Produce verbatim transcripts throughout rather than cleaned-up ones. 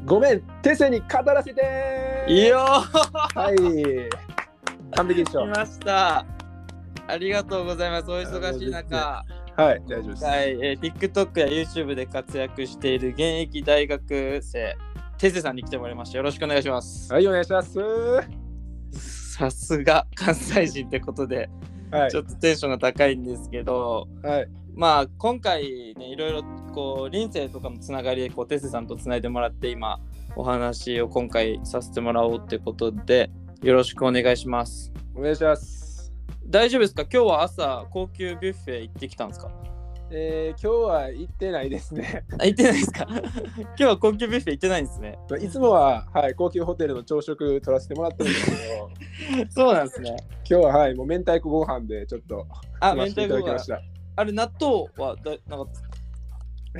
ごめん、テセに語らせてー。 いいよはい、完璧でしょ。 来ました。ありがとうございます。お忙しい中、 はい、大丈夫です。 はい、えー、TikTok や YouTube で活躍している現役大学生テセさんに来てもらいました。よろしくお願いします。 はい、お願いします。 さすが関西人ってことで、はい、ちょっとテンションが高いんですけど、 はい、 まあ今回ね、いろいろこう臨生とかのつながりでこうテセさんとつないでもらって今お話を今回させてもらおうってことで、よろしくお願いします。 お願いします。 大丈夫ですか？今日は朝高級ビュッフェ行ってきたんですか？ えー、今日は行ってないですね。 あ、行ってないですか？今日は高級ビュッフェ行ってないんですね。 いつもは、はい、高級ホテルの朝食取らせてもらってるんですけどそうなんですね。 今日は、はい、もう明太子ご飯でちょっとあ、明太子ご飯。あれ、納豆はだなかった？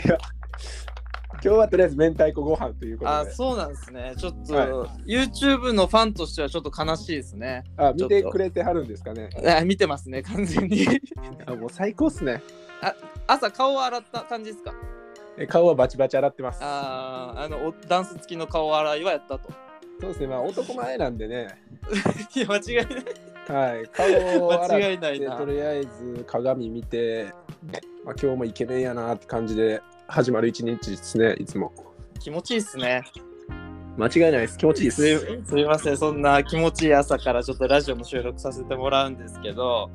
いや、今日はとりあえず明太子ご飯ということで。 あ、そうなんですね。ちょっと、はい、YouTube のファンとしてはちょっと悲しいですね。 あ、見てくれてはるんですかね。 あ、見てますね、完全に。 あ、もう最高っすね。 あ、朝顔を洗った感じですか？ え、顔はバチバチ洗ってます。 ああ、あのダンス付きの顔洗いはやったと。 そうですね、まあ男前なんでね。 いや、間違いない。 はい、顔を洗って間違いないな。 とりあえず鏡見て、まあ、今日もイケメンやなって感じで始まる一日ですね、いつも。 気持ちいいっすね。 間違いないです、気持ちいいです。 す, すいません、そんな気持ちいい朝からちょっとラジオの収録させてもらうんですけど、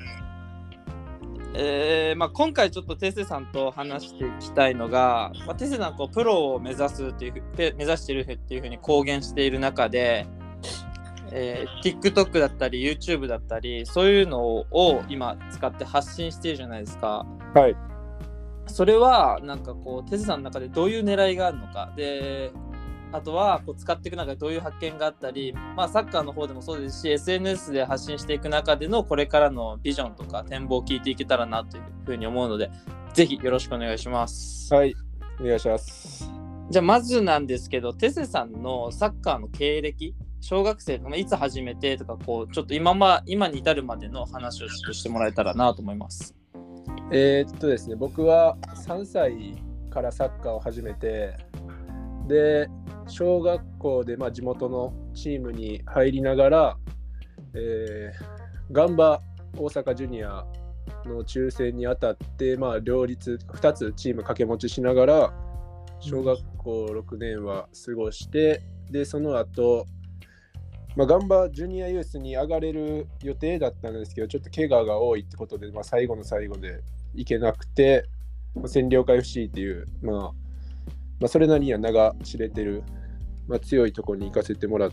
えーまあ、今回ちょっとテセさんと話していきたいのが、まあ、テセさんこうプロを目指すっていう目指しているっていうふうに公言している中で、えー、TikTok だったり YouTube だったりそういうのを今使って発信しているじゃないですか。 はい。 それはなんかこうテセさんの中でどういう狙いがあるのかで、あとはこう使っていく中でどういう発見があったり、まあ、サッカーの方でもそうですし エスエヌエス で発信していく中でのこれからのビジョンとか展望を聞いていけたらなというふうに思うので、ぜひよろしくお願いします。 はい、お願いします。 じゃあまずなんですけど、テセさんのサッカーの経歴、小学生とかいつ始めてとか、こうちょっと 今, ま今に至るまでの話をしてもらえたらなと思います。 えー、っとですね、僕はさんさいからサッカーを始めて、で小学校でまあ地元のチームに入りながら、えー、ガンバ大阪ジュニアの抽選にあたって、まあ、両立ふたつチーム掛け持ちしながら小学校ろくねんは過ごして、でその後、まあ、ガンバジュニアユースに上がれる予定だったんですけど、ちょっと怪我が多いってことで、まあ、最後の最後で行けなくて、千里岡 エフシー っていう、まあまあ、それなりには名が知れてる、まあ、強いところに行かせてもらって、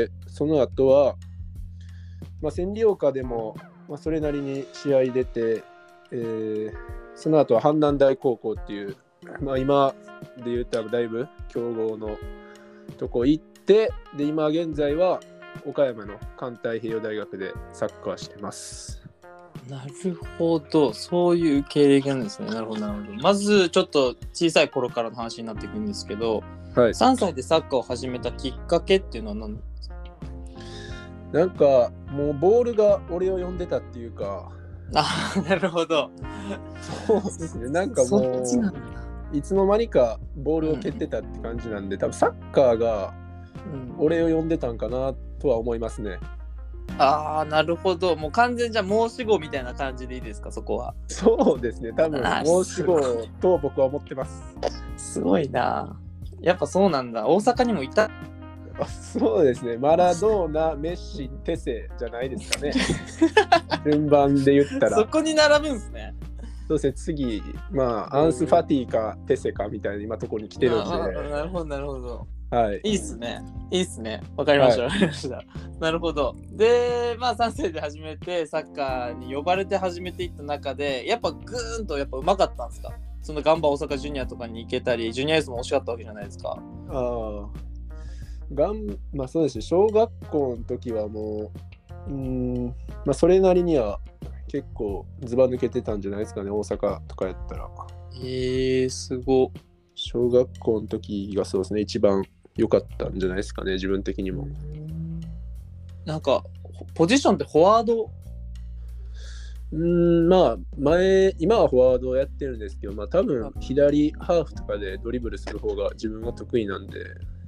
その後は、まあ、千里岡でも、まあ、それなりに試合出て、えー、その後は阪南大高校っていう、まあ、今で言ったらだいぶ強豪のとこ行って、で今現在は岡山の環太平洋大学でサッカーしてます。 なるほど、そういう経歴なんですね。なるほどなるほど。まずちょっと小さい頃からの話になっていくんですけど、はい、さんさいでサッカーを始めたきっかけっていうのは何ですか？ なんかもうボールが俺を呼んでたっていうか。 あ、なるほど。 そうですね、なんかもういつの間にかボールを蹴ってたって感じなんで、うん、多分サッカーが俺を呼んでたんかなとは思いますね。 ああ、なるほど。もう完全じゃ申し子みたいな感じでいいですか、そこは。 そうですね、多分申し子と僕は思ってます。 すごいな。やっぱそうなんだ。大阪にもいた。 そうですね、マラドーナ、メッシ、テセじゃないですかね。順番で言ったら。 そこに並ぶんですね。 そうですね、次、まあ、アンス・ファティかテセかみたいな今ところに来てるんで。 なるほど、なるほど。 はい、 いいっすね。いいっすね。わかりました。わ、はい、かりました。なるほど。で、まあさんさいで始めてサッカーに呼ばれて始めていった中で、やっぱグーンとやっぱ上手かったんですか？そのガンバ大阪ジュニアとかに行けたり、ジュニアユースも惜しかったわけじゃないですか。 ああ、ガン、まあそうですね。小学校の時はもう、うーん、まあそれなりには結構ずば抜けてたんじゃないですかね。大阪とかやったら。 へえー、すご。 小学校の時がそうですね、一番良かったんじゃないですかね、自分的にも。 なんかポジションってフォワード？ うーん、まあ前今はフォワードをやってるんですけど、まあ多分左ハーフとかでドリブルする方が自分は得意なんで。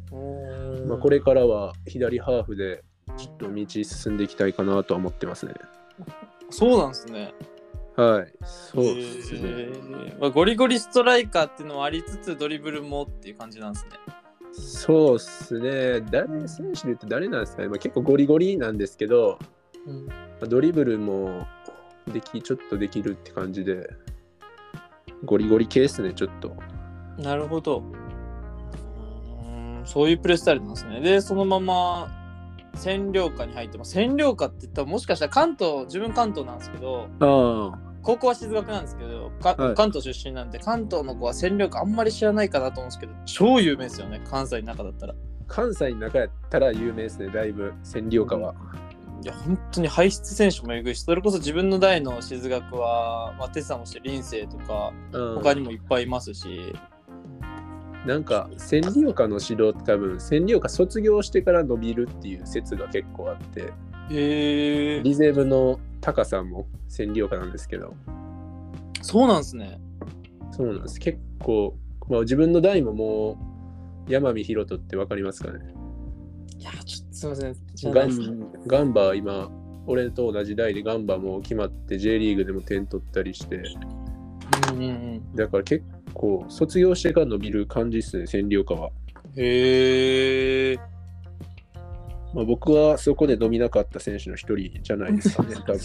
まあ、これからは左ハーフでちょっと道進んでいきたいかなとは思ってますね。 そうなんですね。 はい、そうですね。 えーまあ、ゴリゴリストライカーっていうのはありつつドリブルもっていう感じなんですね。 そうですね。誰選手で言って誰なんですかね。まあ、結構ゴリゴリなんですけど、 うんまあ、ドリブルもできちょっとできるって感じで、ゴリゴリ系ですね、ちょっと。 なるほど。うーん、そういうプレースタイルなんですね。で、そのまま占領下に入ってます。占領下って言ったらもしかしたら関東、自分関東なんですけど、 あ高校は静学なんですけど、かはい関東出身なんで、関東の子は占領下あんまり知らないかなと思うんですけど、超有名ですよね、関西の中だったら。 関西の中やったら有名ですね、だいぶ、千里岡は。 いや、本当に輩出選手もえぐいし、それこそ自分の代の静学は、まあ、テツさんもして林星とか、 うん他にもいっぱいいますし、 なんか千里岡の指導って多分千里岡卒業してから伸びるっていう説が結構あって、 へえ、 リゼブのタカさんも千里岡なんですけど、 そうなんですね。 そうなんです。結構、まあ、自分の代ももう山見博人って分かりますかね。 いや、ちょっとすみません。知らなガいですね。 ンガンバ今俺と同じ代でガンバも決まって J リーグでも点取ったりして、 うんうんうん、 だから結構卒業してから伸びる感じですね、千里岡は。 へえ。 まあ、僕はそこで伸びなかった選手の一人じゃないですかね、多分。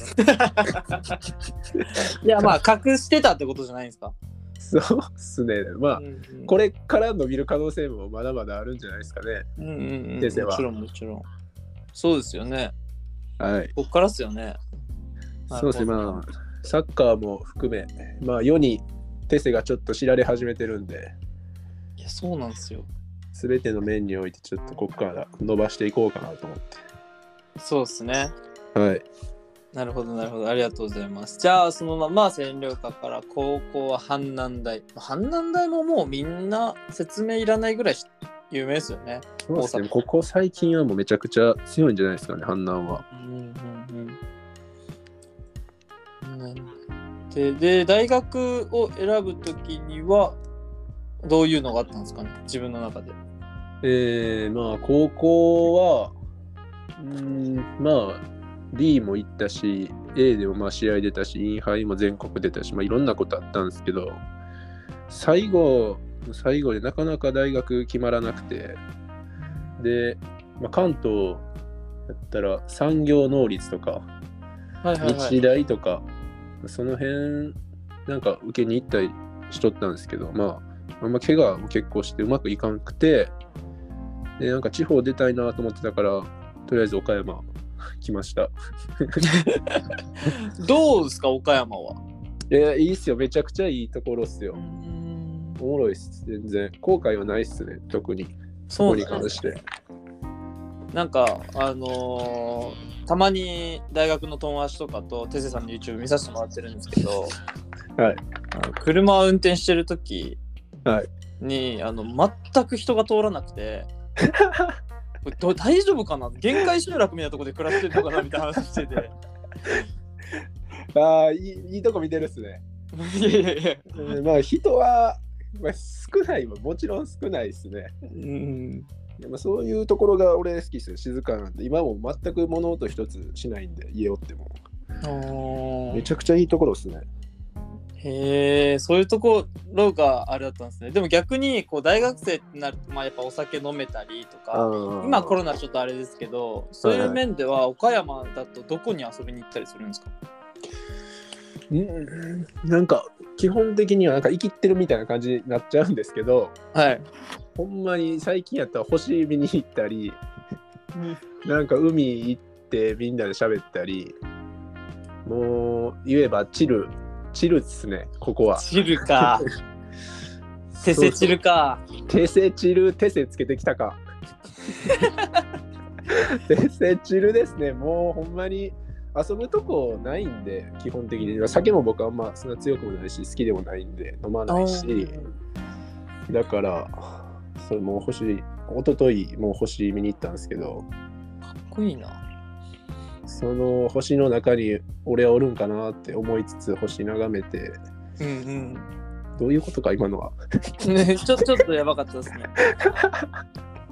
いや、まあ、隠してたってことじゃないんですか。 そうっすね。まあ、 うんうん、 これから伸びる可能性もまだまだあるんじゃないですかね。 うんうんうん、 先生はもちろんもちろん。そうですよね。 はい。 こっからっすよね。 そうですね。まあ、サッカーも含め、まあ、世にテセがちょっと知られ始めてるんで、 いや、そうなんですよ。 すべての面においてちょっとここから伸ばしていこうかなと思っそうですね。 て。はい。 なるほど、なるほど。ありがとうございます。じゃあ、そのまま占領下から高校は阪南大。阪南大ももうみんな説明いらないぐらい有名ですよね。 そうですね。ここ最近はもうめちゃくちゃ強いんじゃないですかね、阪南は。 うんうんうん。で、で、大学を選ぶときには、どういうのがあったんですかね、自分の中で。 えー、まあ、高校は、うーん、まあ、D も行ったし、A でもまあ試合出たし、インハイも全国出たし、まあ、いろんなことあったんですけど、最後、最後でなかなか大学決まらなくて、で、まあ、関東やったら産業能率とか、 はいはいはい、 日大とか、その辺、なんか受けに行ったりしとったんですけど、まあ、あんま怪我も結構してうまくいかんくて、で、なんか地方出たいなと思ってたから、とりあえず岡山来ました。 どうですか、岡山は。 いや、いいっすよ。めちゃくちゃいいところっすよ。おもろいっす。全然。後悔はないっすね、特に。そこに関して。 なんか、あのー、たまに大学の友達とかとテセさんの YouTube 見させてもらってるんですけど、 はい、 あの車を運転してるときはい、 に、あの全く人が通らなくてこれど大丈夫かな、限界集落みたいなところで暮らしてるのかなみたいな話しててああ、いい、いいとこ見てるっすね。 いやいやいや、 えー、まあ人は、まあ、少ないはもちろん少ないっすね。 うん、 でもそういうところが俺好きっすよ。静かなんで。今も全く物音一つしないんで、家おっても。めちゃくちゃいいところっすね。 へえ、そういうところがあれだったんですね。でも逆にこう大学生ってなると、まあ、やっぱお酒飲めたりとか、今コロナちょっとあれですけど、そういう面では岡山だとどこに遊びに行ったりするんですか？ うん、なんか基本的にはなんか生きってるみたいな感じになっちゃうんですけど、 はい、 ほんまに最近やったら星見に行ったり、なんか海行ってみんなで喋ったり、もう言えばチルチルっすね、ここは。 チルか。テセチルか。 テセチル、テセつけてきたか。テセチルですね。もうほんまに遊ぶとこないんで、基本的に。酒も僕はあんまそんな強くもないし、好きでもないんで、飲まないし。だから、それもう星、一昨日もう星見に行ったんですけど。 かっこいいな。 その星の中に俺はおるんかなって思いつつ星眺めて、 うんうん、 どういうことか今のは、 ね、ちょ、ちょっとやばかったですね。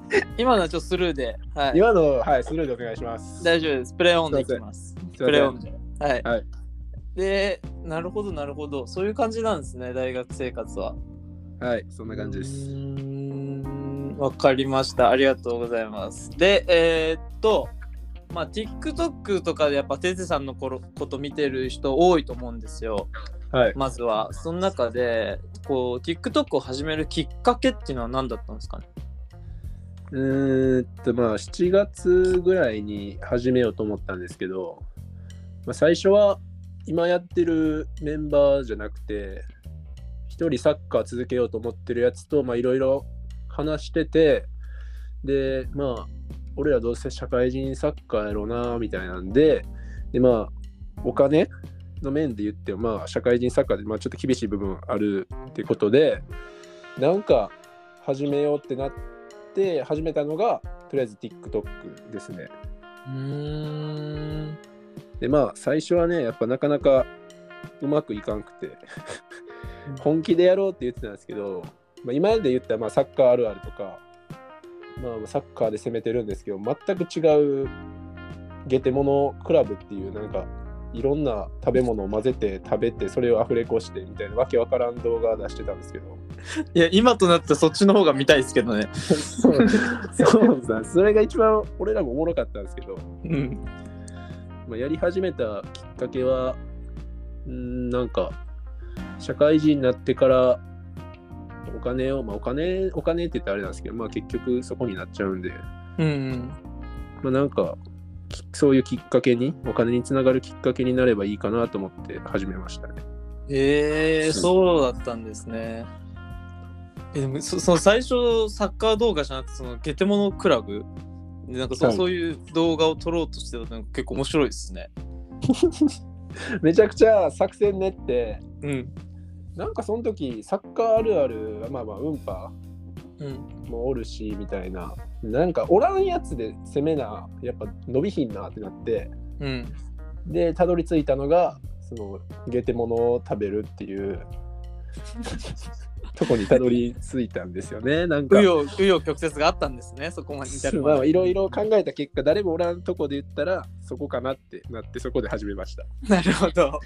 今のはちょっとスルーで、はい、 今の、はい、スルーでお願いします。 大丈夫です。プレイオンでいきます。プレイオンで。はい。 はい、 で、なるほど、なるほど。そういう感じなんですね、大学生活は。 はい、そんな感じです。 うーん、わかりました。ありがとうございます。で、えー、っと、まあ、TikTok とかでやっぱテゼさんのこと見てる人多いと思うんですよ。 はい。 まずは、その中で、こう、TikTok を始めるきっかけっていうのは何だったんですかね。 うーんと、まあ、しちがつぐらいに始めようと思ったんですけど、まあ、最初は今やってるメンバーじゃなくて、一人サッカー続けようと思ってるやつと、まあ、いろいろ話してて、で、まあ、俺らどうせ社会人サッカーやろうな、みたいなんで、で、まあ、お金の面で言っても、まあ、社会人サッカーで、まあ、ちょっと厳しい部分あるってことで、なんか始めようってなって始めたのが、とりあえず TikTok ですね。 うーん。 で、まあ、最初はね、やっぱなかなかうまくいかんくて、本気でやろうって言ってたんですけど、まあ、今まで言ったらまあサッカーあるあるとか、まあ、サッカーで攻めてるんですけど、全く違うゲテモノクラブっていう、なんかいろんな食べ物を混ぜて食べて、それをアフレコしてみたいなわけわからん動画出してたんですけど、 いや、今となってそっちの方が見たいですけどね。 そうそうさ、それが一番俺らもおもろかったんですけど、 うん、 まあ、やり始めたきっかけは、んなんか社会人になってからお金を、まあ、お金、お金って言ったらあれなんですけど、まあ結局そこになっちゃうんで、 うんうん、 まあなんか、そういうきっかけに、お金につながるきっかけになればいいかなと思って始めましたね。 えー、そうだったんですね。えでもそその最初サッカー動画じゃなくてそのゲテモノクラブでなんか そ,、はい、そういう動画を撮ろうとしてたのが結構面白いですね。 めちゃくちゃ作戦練って、 うん、 なんかその時サッカーあるある、まあまあウンパもおるしみたいな、なんかおらんやつで攻めなやっぱ伸びひんなってなって、 うん、 でたどり着いたのがそのゲテモノを食べるっていうとこにたどり着いたんですよね。なんか紆余紆余曲折があったんですね、そこまで至るまで。 まあいろいろ考えた結果、誰もおらんとこで言ったらそこかなってなって、そこで始めました。 なるほど。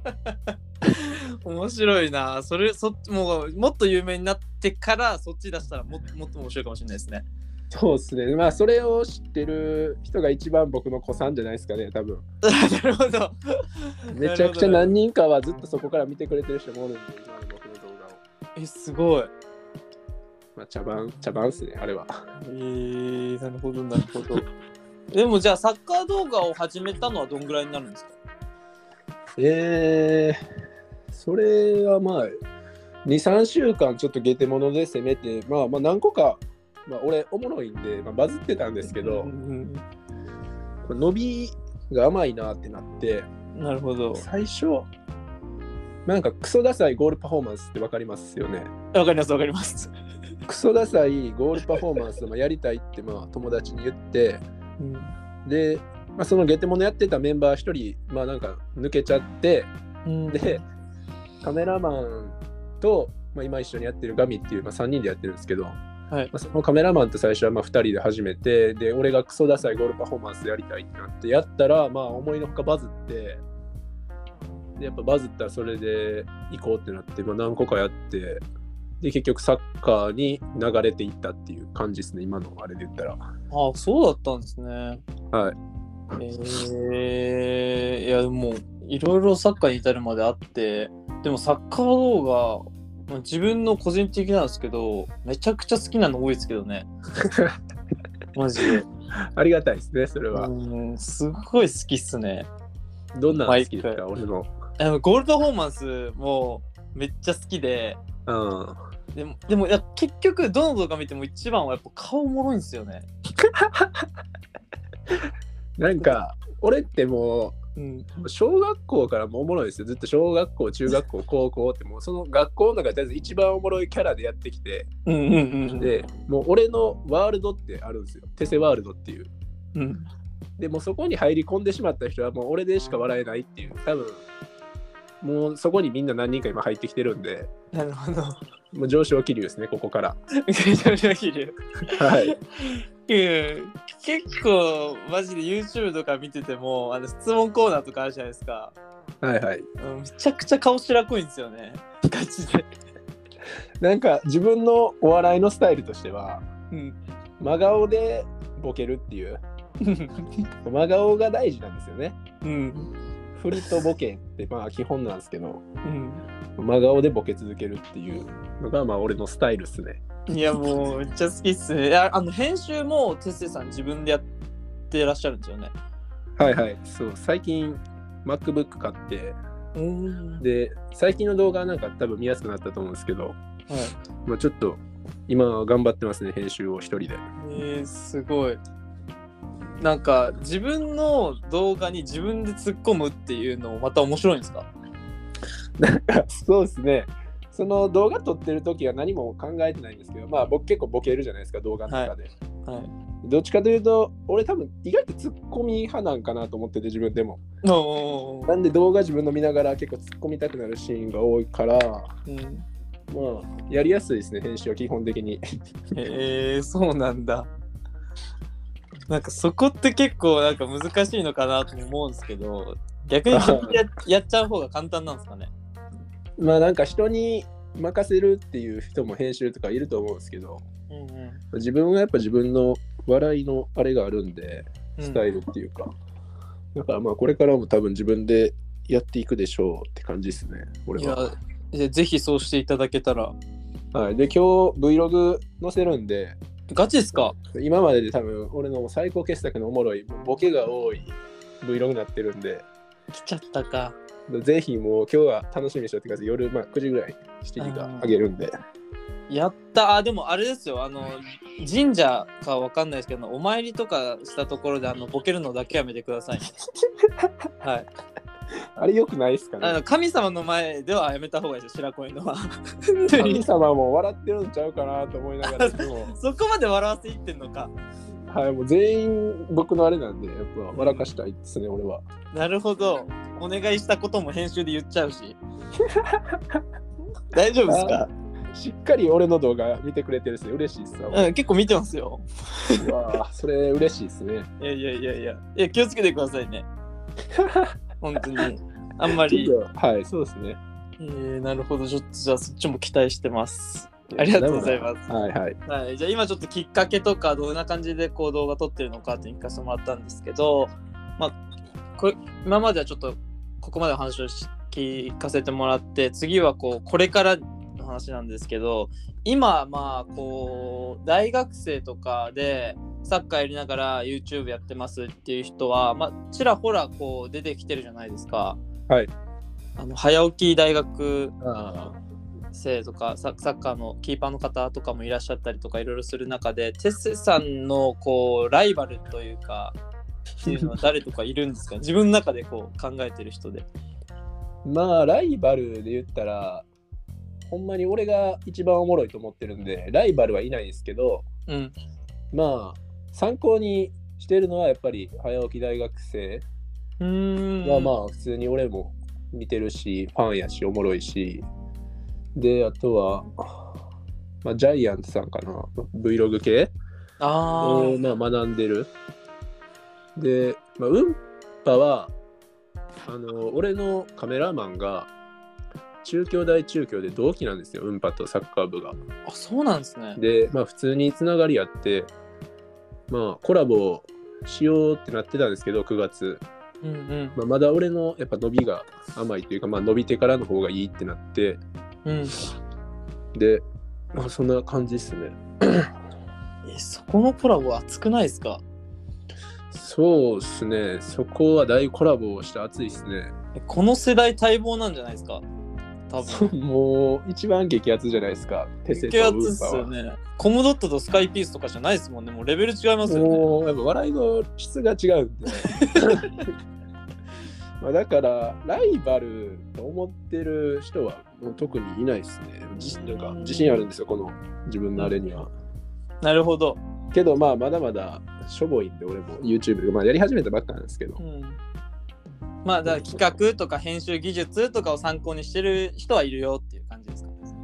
面白いな。それそもうもっと有名になってからそっち出したらももっと面白いかもしれないですね。 そうですね。まあそれを知ってる人が一番僕の子さんじゃないですかね、多分。 なるほど。 めちゃくちゃ何人かはずっとそこから見てくれてる人もおるんで、今の僕の動画を。 え、すごい。 まあ茶番、茶番っすね、あれは。 えー、なるほど、なるほど。でもじゃあサッカー動画を始めたのはどんぐらいになるんですか？ えー、それはまあ、に、さんしゅうかんちょっとゲテモノで攻めて、まあまあ何個か、まあ俺おもろいんで、まあ、バズってたんですけど、うんうん、伸びが甘いなってなって、 なるほど。 最初、なんかクソダサいゴールパフォーマンスって分かりますよね。 わかりますわかります。 クソダサいゴールパフォーマンスをやりたいってまあ友達に言って、うん、で、まあ、そのゲテモノやってたメンバー一人、まあなんか抜けちゃって、うん、で、カメラマンと、まあ、今一緒にやってるガミっていう、まあ、さんにんでやってるんですけど、はい、まあ、そのカメラマンと最初はまあふたりで始めて、で、俺がクソダサいゴールパフォーマンスやりたいってなってやったら、まあ思いのほかバズって、でやっぱバズったらそれで行こうってなって、まあ、何個かやって、で結局サッカーに流れていったっていう感じですね、今のあれで言ったら。ああ、そうだったんですね。 はい。 えー、いやでもいろいろサッカーに至るまであって、でもサッカー動画、自分の個人的なんですけど、めちゃくちゃ好きなの多いですけどね。マジで。 ありがたいですね、それは。 うん、すごい好きっすね。 どんなの好きですか、俺の。 ゴールパフォーマンスもめっちゃ好きで、 うん、 でも、でもいや結局どの動画見ても一番はやっぱ顔おもろいんですよね。 なんか俺ってもう、うん、小学校からもおもろいですよ。ずっと小学校、中学校、高校ってもうその学校の中で一番おもろいキャラでやってきて、うんうんうん、でもう俺のワールドってあるんですよ。テセワールドっていう。うん、でもうそこに入り込んでしまった人はもう俺でしか笑えないっていう、多分もうそこにみんな何人か今入ってきてるんで。 なるほど。 もう上昇気流ですね、ここから。 上昇気流。 はい。 うん、結構マジで YouTube とか見ててもあの質問コーナーとかあるじゃないですか。 はいはい。 うん、めちゃくちゃ顔白濃いんですよね。ガチで。 なんか自分のお笑いのスタイルとしては、 うん、 真顔でボケるっていう真顔が大事なんですよね。 うん。 振りとボケってまあ基本なんですけど、 うん、 真顔でボケ続けるっていうのがまあ俺のスタイルっすね。 いやもうめっちゃ好きっすね。いやあの編集もてっせいさん自分でやってらっしゃるんですよね。 はいはい。そう最近 MacBook 買って、 うん、 で最近の動画なんか多分見やすくなったと思うんですけど、 はい、 まあちょっと今は頑張ってますね、編集を一人で。 えー、すごい。なんか自分の動画に自分で突っ込むっていうのもまた面白いんですか？ なんかそうですね。その動画撮ってる時は何も考えてないんですけど、まあ僕結構ボケるじゃないですか、動画の中で。 はいはい、 どっちかというと、俺多分意外とツッコミ派なんかなと思ってて、自分でも。なんで動画自分の見ながら結構突っ込みたくなるシーンが多いから、うん、まあやりやすいですね、編集は基本的に。 へえー、そうなんだ。なんかそこって結構なんか難しいのかなと思うんですけど、逆に自分で や, やっちゃう方が簡単なんですかね。 まあなんか人に任せるっていう人も編集とかいると思うんですけど、うんうん、自分はやっぱ自分の笑いのあれがあるんで、スタイルっていうか、うん、だからまあこれからも多分自分でやっていくでしょうって感じですね、俺は。 いやぜひそうしていただけたら。 はい、で今日 Vlog 載せるんで。 ガチですか？ 今までで多分俺の最高傑作のおもろいボケが多い Vlog になってるんで。 来ちゃったか。 ぜひもう今日は楽しみにしておいてください。夜、まあ、くじぐらいしちじかあげるんで。 やったあ。でもあれですよ、あの神社かわかんないですけどお参りとかしたところであのボケるのだけやめてくださいね。はい。 あれよくないですかね。 あの神様の前ではやめた方がいいですよ、白恋のは。 神様も笑ってるんちゃうかなと思いながらでもそこまで笑わせいってんのか。 はい、もう全員僕のあれなんでやっぱ笑かしたいですね、俺は。なるほど。お願いしたことも編集で言っちゃうし。大丈夫ですか？ しっかり俺の動画見てくれてるし嬉しいっすよ。 うん、結構見てますよ。 うわそれ嬉しいですね。 いやいやいやいや、いや気をつけてくださいね。本当にあんまり。 はい、そうですね。 えー、なるほど。ちょっとじゃあそっちも期待してます。ありがとうございます。 はいはい。 はい、じゃあ今ちょっときっかけとかどんな感じでこう動画撮ってるのかって聞かせてもらったんですけど、まあこれ今まではちょっとここまでの話を聞かせてもらって、次はこうこれからの話なんですけど、今まあこう大学生とかでサッカーやりながら YouTube やってますっていう人はまあちらほらこう出てきてるじゃないですか。 はい。 あの早起き大学生とかサッカーのキーパーの方とかもいらっしゃったりとかいろいろする中で、テッセさんのこうライバルというかっていうのは誰とかいるんですか？自分の中でこう考えてる人で。 まあライバルで言ったらほんまに俺が一番おもろいと思ってるんでライバルはいないんですけど、うん、まあ参考にしてるのはやっぱり早起き大学生はまあ普通に俺も見てるしファンやしおもろいし、であとは、まあ、ジャイアンツさんかな Vlog 系を、まあ、学んでる。で、まあ、うんぱはあの俺のカメラマンが中京大中京で同期なんですよ、うんぱとサッカー部が。 あ、そうなんですね。 で、まあ普通につながりあってまあコラボしようってなってたんですけどくがつ、うんうんまあ、まだ俺のやっぱ伸びが甘いというか、まあ、伸びてからの方がいいってなって、うん、で、まあ、そんな感じっすね。 え、そこのコラボ熱くないですか？ そうっすね、そこは大コラボをして熱いっすね。 この世代待望なんじゃないですか？多分もう一番激アツじゃないですか。 激アツっすよね。コムドットとスカイピースとかじゃないですもんね。もうレベル違いますよね。 もうやっぱ笑いの質が違うんでまあだからライバルと思ってる人はもう特にいないですね。なんか自信あるんですよ、この自分のあれには。 なるほど。 けどまあまだまだしょぼいんで俺も YouTube で、まあ、やり始めたばっかなんですけど、うん、 まあだから企画とか編集技術とかを参考にしてる人はいるよっていう感じですか？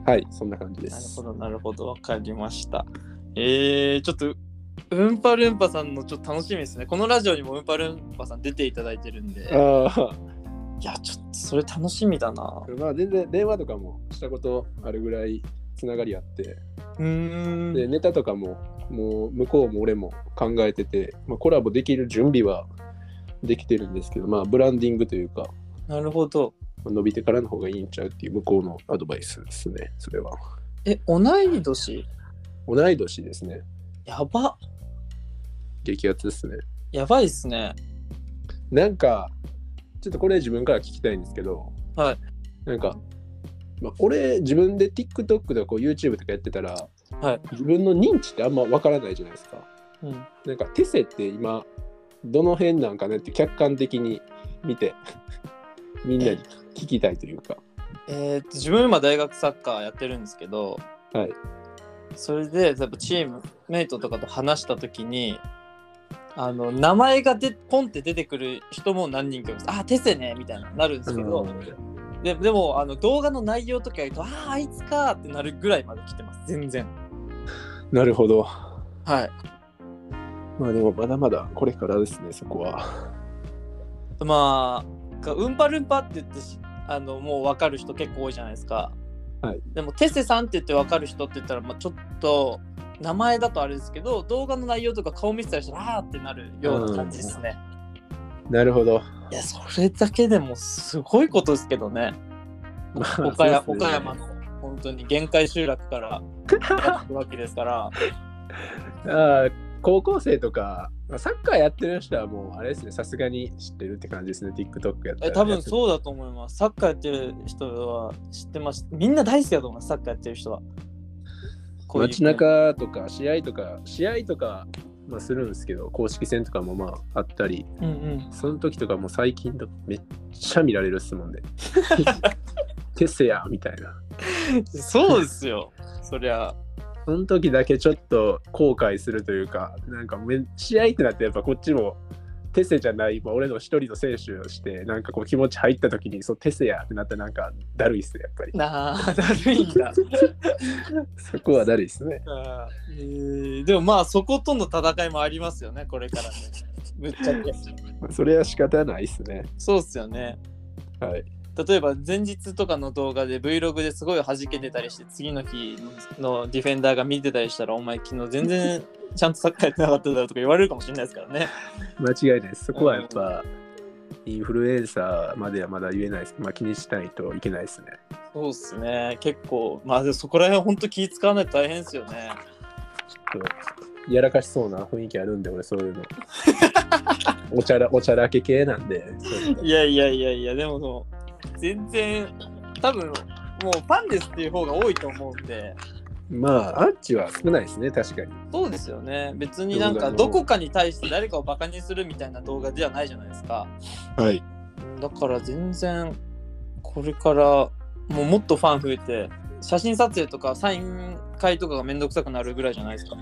はい、そんな感じです。 なるほど、なるほど、わかりました。えー、ちょっと、うんぱるんぱさんのちょっと楽しみですね。このラジオにもうんぱるんぱさん出ていただいてるんで。 あいや、ちょっとそれ楽しみだな。 まあ全然電話とかもしたことあるぐらいつながりあって、 うーん。 でネタとかももう向こうも俺も考えてて、まあ、コラボできる準備はできてるんですけど、まあブランディングというか、 なるほど。 伸びてからの方がいいんちゃうっていう向こうのアドバイスですね、それは。 え、同い年？ 同い年ですね。 やば。 激アツですね。 やばいっすね。 なんか、ちょっとこれ自分から聞きたいんですけど、 はい。 なんか、まあ、俺自分で TikTok とかこう YouTube とかやってたら、 はい、 自分の認知ってあんま分からないじゃないですか。 うん、 なんかテセって今どの辺なんかねって客観的に見てみんなに聞きたいというか。 えー、っと自分今大学サッカーやってるんですけど、 はい。 それでやっぱチームメイトとかと話した時に、あの名前がでポンって出てくる人も何人かいます。あ、テセねみたいななるんですけど、で, でもあの動画の内容とか言うと、あああいつかってなるぐらいまで来てます。全然。 なるほど。 はい。 まあでもまだまだこれからですね、そこは。 まあうんぱるんぱって言ってあのもう分かる人結構多いじゃないですか。 はい。 でもテセさんって言って分かる人って言ったら、まあ、ちょっと名前だとあれですけど、動画の内容とか顔見せたりしたらあーってなるような感じですね。 なるほど。 いや、それだけでもすごいことですけどね。まあ、岡, 山ね岡山の本当に限界集落からやるわけですから。 あ、高校生とかサッカーやってる人はもうあれですね、さすがに知ってるって感じですね。 TikTok やったら。 え多分そうだと思います。サッカーやってる人は知ってます。みんな大好きだと思います。サッカーやってる人は。 こういう街中とか試合とか試合とかまあするんですけど、公式戦とかもまああったり、 うんうん、 その時とかも最近とめっちゃ見られるっすもんね。テセやみたいな。 そうですよ。そりゃ。 その時だけちょっと後悔するというか、なんかめ試合ってなってやっぱこっちもテセじゃない、まあ、俺の一人の選手をしてなんかこう気持ち入った時にそうテセやってなったらなんかだるいっすね、やっぱり。 なあ、だるいんだ。 そこはだるいっすね。 あ、えー、でもまあそことの戦いもありますよね、これからね。ぶっちゃけ。 それは仕方ないっすね。 そうっすよね。 はい。 例えば前日とかの動画で Vlog ですごい弾けてたりして、次の日のディフェンダーが見てたりしたら、お前昨日全然ちゃんとサッカーやってなかっただろうとか言われるかもしれないですからね。 間違いないです。そこはやっぱ、うん、インフルエンサーまではまだ言えないです。まあ気にしないといけないですね。 そうっすね。結構まあでそこら辺本当気使わないと大変ですよね。 ちょっとやらかしそうな雰囲気あるんで、俺そういうのおちゃらおちゃらけ系なんで。 いやいやいやいや、でももう全然多分もうファンですっていう方が多いと思うんで。 まあアンチは少ないですね、確かに。 そうですよね。別になんかどこかに対して誰かをバカにするみたいな動画ではないじゃないですか。 はい。 だから全然これからもうもっとファン増えて、写真撮影とかサイン会とかがめんどくさくなるぐらいじゃないですか。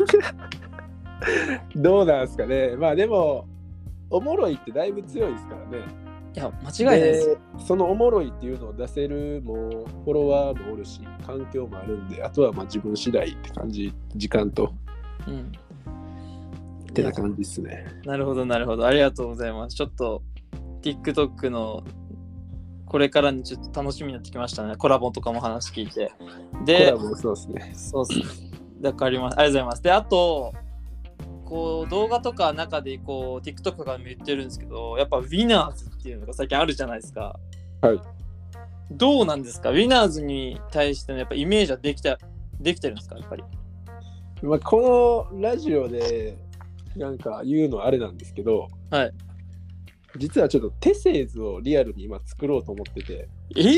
どうなんですかね。まあでもおもろいってだいぶ強いですからね。 いや間違いないです。 そのおもろいっていうのを出せるもうフォロワーもおるし、環境もあるんで、あとはまあ自分次第って感じ、時間と、うん、ってな感じですね。 なるほどなるほど、ありがとうございます。ちょっと TikTok のこれからにちょっと楽しみになってきましたね。コラボとかも話聞いて。で、 コラボそうですね。 そうですね。わかります。ありがとうございます。で、あとこう動画とか中でこう TikTok とかでも言ってるんですけど、やっぱウィナーズっていうのが最近あるじゃないですか。 はい。 どうなんですか？ウィナーズに対してのやっぱイメージはできたできてるんですか？やっぱり。 まあ、このラジオでなんか言うのはあれなんですけど、 はい。 実はちょっとテセーズをリアルに今作ろうと思ってて。 えー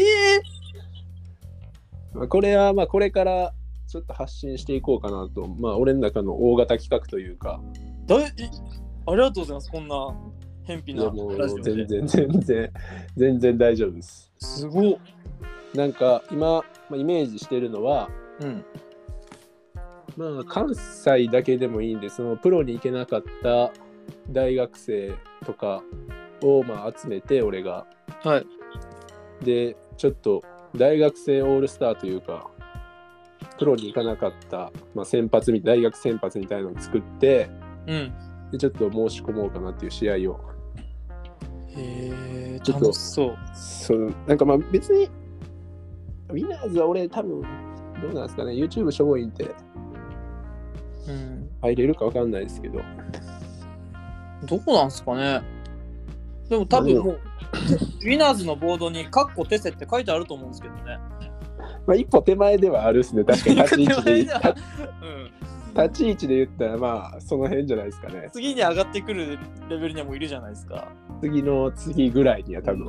まあ、これはまあこれからちょっと発信していこうかなと、まあ俺の中の大型企画というか。 だいありがとうございます。こんな偏僻なラジオで。 全然全然全然大丈夫です。 すごっ。 なんか今、まあ、イメージしてるのは、 うん、 まあ関西だけでもいいんで、そのプロに行けなかった大学生とかをまあ集めて、俺が、 はい、 でちょっと大学生オールスターというか、 プロに行かなかった、まあ、先発み大学先発みたいなのを作って、 うん、 でちょっと申し込もうかなっていう試合を。 へえ、 ちょっと楽しそう。 そうなんかまあ別にウィナーズは俺多分どうなんですかね、 YouTube しょぼいんでうん、 入れるか分かんないですけど、 どうなんすかね。でも多分もうウィナーズのボードにカッコテセって書いてあると思うんですけどね。 まあ一歩手前ではあるですね、確かに立ち位置で立うん、 立ち位置で言ったらまあその辺じゃないですかね。 次に上がってくるレベルにもいるじゃないですか。 次の次ぐらいには多分、 うんうん、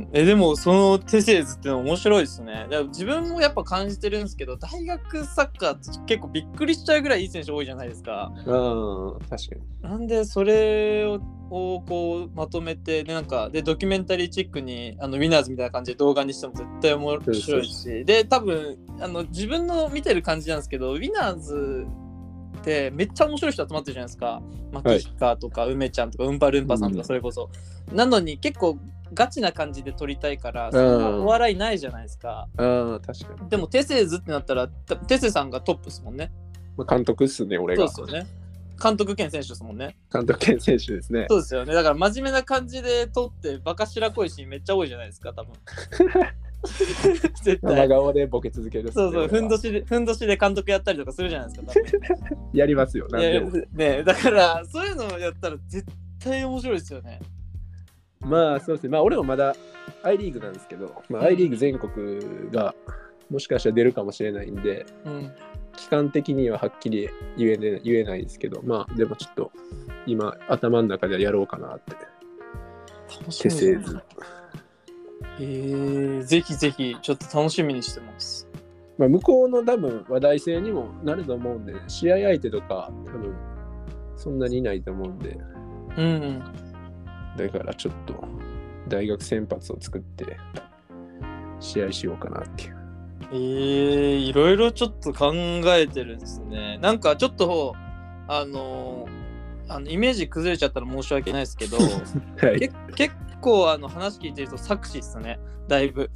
えでもそのテセーズっての面白いですね。だから自分もやっぱ感じてるんですけど、大学サッカーって結構びっくりしちゃうぐらいいい選手多いじゃないですか。 うん確かに。 なんでそれをこうまとめてでなんかでドキュメンタリーチックにあのウィナーズみたいな感じで動画にしても絶対面白いし、で多分あの自分の見てる感じなんですけど、ウィナーズってめっちゃ面白い人集まってるじゃないですか。マキヒカとか、はい、梅ちゃんとかウンパルンパさんとかそれこそ、うん、なのに結構ガチな感じで撮りたいからそんなお笑いないじゃないですか。 あ確かに。 でもテセーズってなったらテセさんがトップですもんね。 まあ、監督っすね俺が。 そうですよね。監督兼選手ですもんね。 監督兼選手ですね。 そうですよね。だから真面目な感じで撮ってバカしらこいシーンめっちゃ多いじゃないですか多分。絶対生顔でボケ続ける、ね、 そうそう、ふんどしでふんどしで監督やったりとかするじゃないですか多分。 やりますよなんでもね。だからそういうのをやったら絶対面白いですよね。 まあそうですね。まあ俺もまだ I リーグなんですけど、まあ、I リーグ全国がもしかしたら出るかもしれないんで、うん、期間的にははっきり言えね、言えないですけど、まあでもちょっと今頭の中ではやろうかなって楽しみですね。えー、ぜひぜひちょっと楽しみにしてます。 まあ、向こうの多分話題性にもなると思うんで、ね、試合相手とか多分そんなにいないと思うんで、 うん、 だからちょっと大学先発を作って試合しようかなっていう。 えー、いろいろちょっと考えてるんですね。なんかちょっとあのあのイメージ崩れちゃったら申し訳ないですけど、はい、け結構あの話聞いてると作詞っすねだいぶ。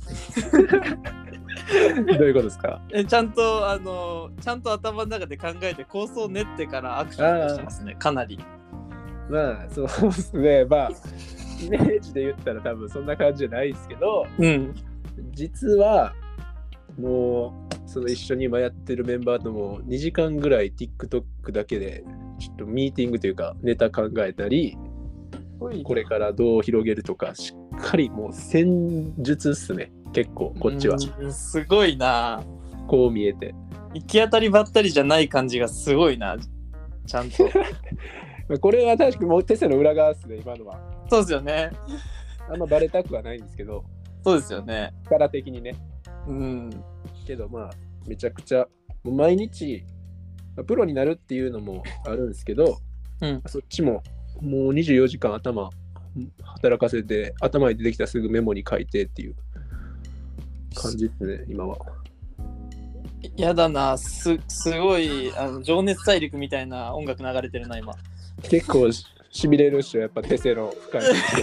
どういうことですか？ えちゃんとあのちゃんと頭の中で考えて構想を練ってからアクションしてますねかなり。 まあそうですね。まあイメージで言ったら多分そんな感じじゃないですけど、 うん、 実はもうその一緒に今やってるメンバーともにじかんぐらい TikTok だけでちょっとミーティングというかネタ考えたり、これからどう広げるとかしっかりもう戦術っすね。結構こっちはすごいな。 こう見えて行き当たりばったりじゃない感じがすごいなちゃんと。 これは確かにもうテセの裏側っすね今のは。 そうですよね。 あんまバレたくはないんですけど。 そうですよね。 力的にね。 うん。 けどまあめちゃくちゃもう毎日プロになるっていうのもあるんですけど、 うん、 そっちももうにじゅうよじかん頭働かせて頭に出てきたらすぐメモに書いてっていう感じですね今は。 やだな、すすごいあの情熱大陸みたいな音楽流れてるな今。 結構しびれるっしょやっぱテセの深い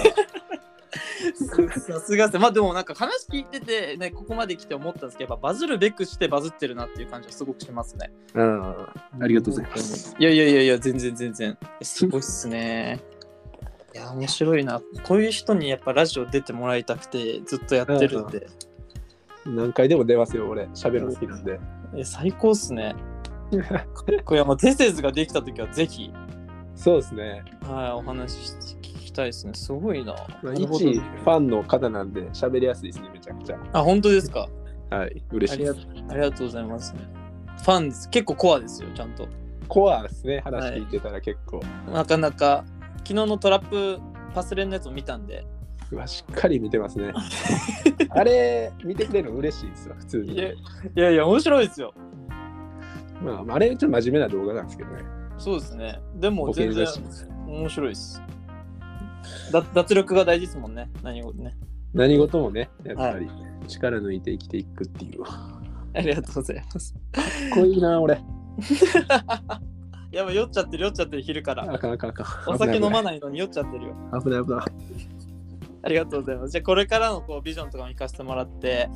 さすがっす。まあでもなんか話聞いててねここまで来て思ったんですけどやっぱバズるべくしてバズってるなっていう感じはすごくしますね。 うんありがとうございます。 いやいやいやいや全然全然すごいっすね。いや面白いな。こういう人にやっぱラジオ出てもらいたくてずっとやってるんで。 何回でも出ますよ俺喋るの好きなんで。 え最高っすね。これはもうテセーズができた時はぜひ。 そうですね。 はいお話し聞きたいですね。すごいな。 まあ、一ファンの方なんで喋りやすいですねめちゃくちゃ。 あ本当ですか。 はい嬉しいです。 ありが、ありがとうございます、ね。ファンです結構コアですよちゃんと。 コアですね話聞いてたら結構、 はい、なかなか昨日のトラップパスレンのやつを見たんで。 うわしっかり見てますね。あれ見てくれるの嬉しいですよ普通に。 いやいやいや面白いですよ。 まああれちょっと真面目な動画なんですけどね。 そうですね。でも全然面白いです。だ脱力が大事ですもんね。何事ね。 何事もねやっぱり力抜いて生きていくっていう。 ありがとうございます。 かっこいいな俺。 やばい酔っちゃってる酔っちゃってる昼から。 あかんあかんあかん。 お酒飲まないのに酔っちゃってるよ。 危ない危ない。 ありがとうございます。じゃあこれからのこうビジョンとかも聞かせてもらって、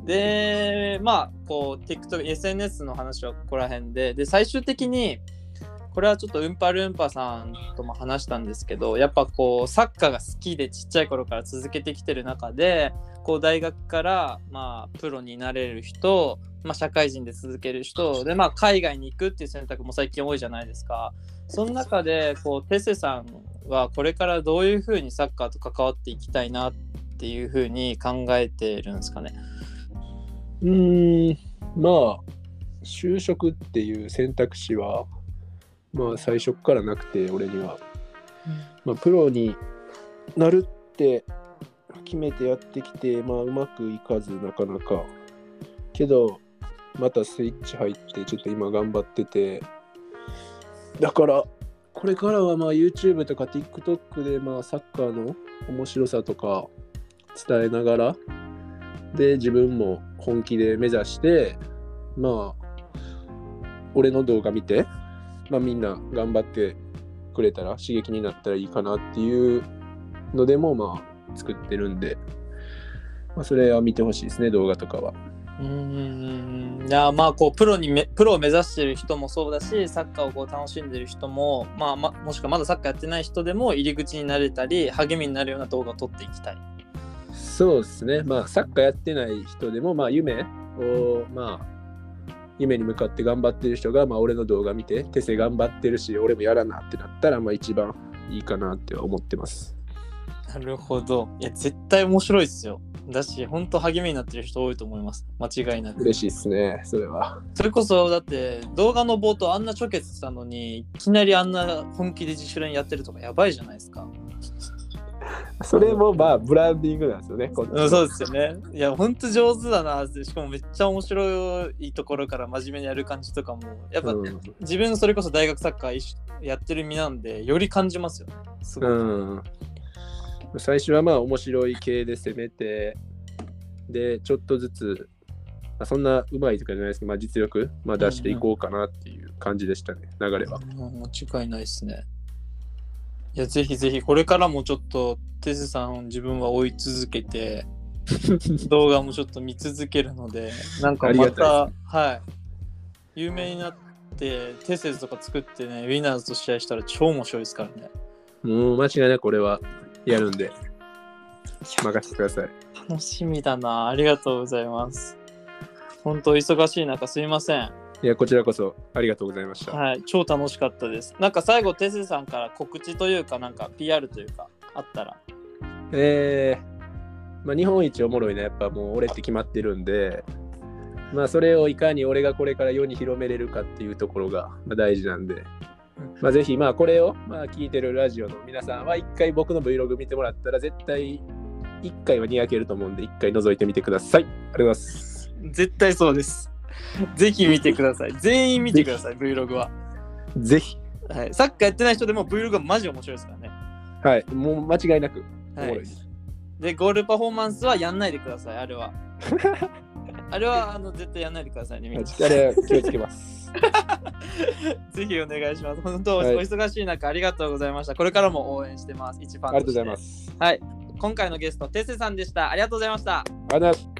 でまあこう TikTok、エスエヌエス の話はここら辺で、で最終的にこれはちょっとウンパルンパさんとも話したんですけど、やっぱこうサッカーが好きでちっちゃい頃から続けてきてる中で、こう大学からまあプロになれる人、まあ、社会人で続ける人で、まあ、海外に行くっていう選択も最近多いじゃないですか。その中でこうテセさんはこれからどういうふうにサッカーと関わっていきたいなっていうふうに考えてるんですかね。 うーんまあ就職っていう選択肢はまあ最初からなくて、俺には、まあ、プロになるって決めてやってきて、まあうまくいかずなかなかけどまたスイッチ入ってちょっと今頑張ってて、だからこれからはまあ YouTube とか TikTok でまあサッカーの面白さとか伝えながらで、自分も本気で目指してまあ俺の動画見て、まあ、みんな頑張ってくれたら刺激になったらいいかなっていうのでもまあ作ってるんで、まあ、それは見てほしいですね、動画とかは。 うーん、いやまあこうプロにめプロを目指してる人もそうだし、サッカーをこう楽しんでる人も、まあ、まもしくはまだサッカーやってない人でも入り口になれたり励みになるような動画を撮っていきたい。 そうですね、まあサッカーやってない人でもまあ夢をまあ夢に向かって頑張ってる人がまあ俺の動画見て、テセ頑張ってるし俺もやらなってなったらまあ一番いいかなって思ってます。 なるほど。いや絶対面白いですよ。だし本当励みになってる人多いと思います。間違いなく。 嬉しいですね、それは。 それこそだって動画の冒頭あんなちょけてたのにいきなりあんな本気で自主練やってるとかやばいじゃないですか。 それもまあブランディングなんですよね。こっちうん、そうですよね。いや本当上手だなって、しかもめっちゃ面白いところから真面目にやる感じとかもやっぱ、うん、自分それこそ大学サッカーやってる身なんでより感じますよね。すごい。うん、 最初はまあ面白い系で攻めて、でちょっとずつ、まあ、そんなうまいとかじゃないですけど、まあ、実力、まあ、出していこうかなっていう感じでしたね、うんうん、流れは。 間違いないですね。いやぜひぜひこれからもちょっとテセさん自分は追い続けて動画もちょっと見続けるので、なんかまたはい有名になってテセとか作ってね、ウィナーズと試合したら超面白いですからね。 もう間違いなくこれはやるんで任せてください。 楽しみだな。ありがとうございます。本当忙しい中すいません。 いやこちらこそありがとうございました。 はい、超楽しかったです。なんか最後テセさんから告知というかなんか ピーアール というかあったら。 えー、まあ日本一おもろいのはやっぱもう俺って決まってるんで、まあそれをいかに俺がこれから世に広めれるかっていうところが大事なんで、まあぜひまあこれをまあ聞いてるラジオの皆さんは一回僕の Vlog 見てもらったら絶対一回はにやけると思うんで、一回覗いてみてください。ありがとうございます。 絶対そうです。ぜひ見てください。全員見てください、Vlog は。 ぜひ。 はい。サッカーやってない人でも Vlog はマジ面白いですからね。 はい。もう間違いなくおもろいです。 はい、で、ゴールパフォーマンスはやんないでください、あれは。あれはあの絶対やんないでくださいね。 あれは気をつけます。 ぜひお願いします。本当、はい、お忙しい中ありがとうございました。これからも応援してます。一ファンとして。 ありがとうございます。 はい。今回のゲスト、テセさんでした。ありがとうございました。 ありがとうございます。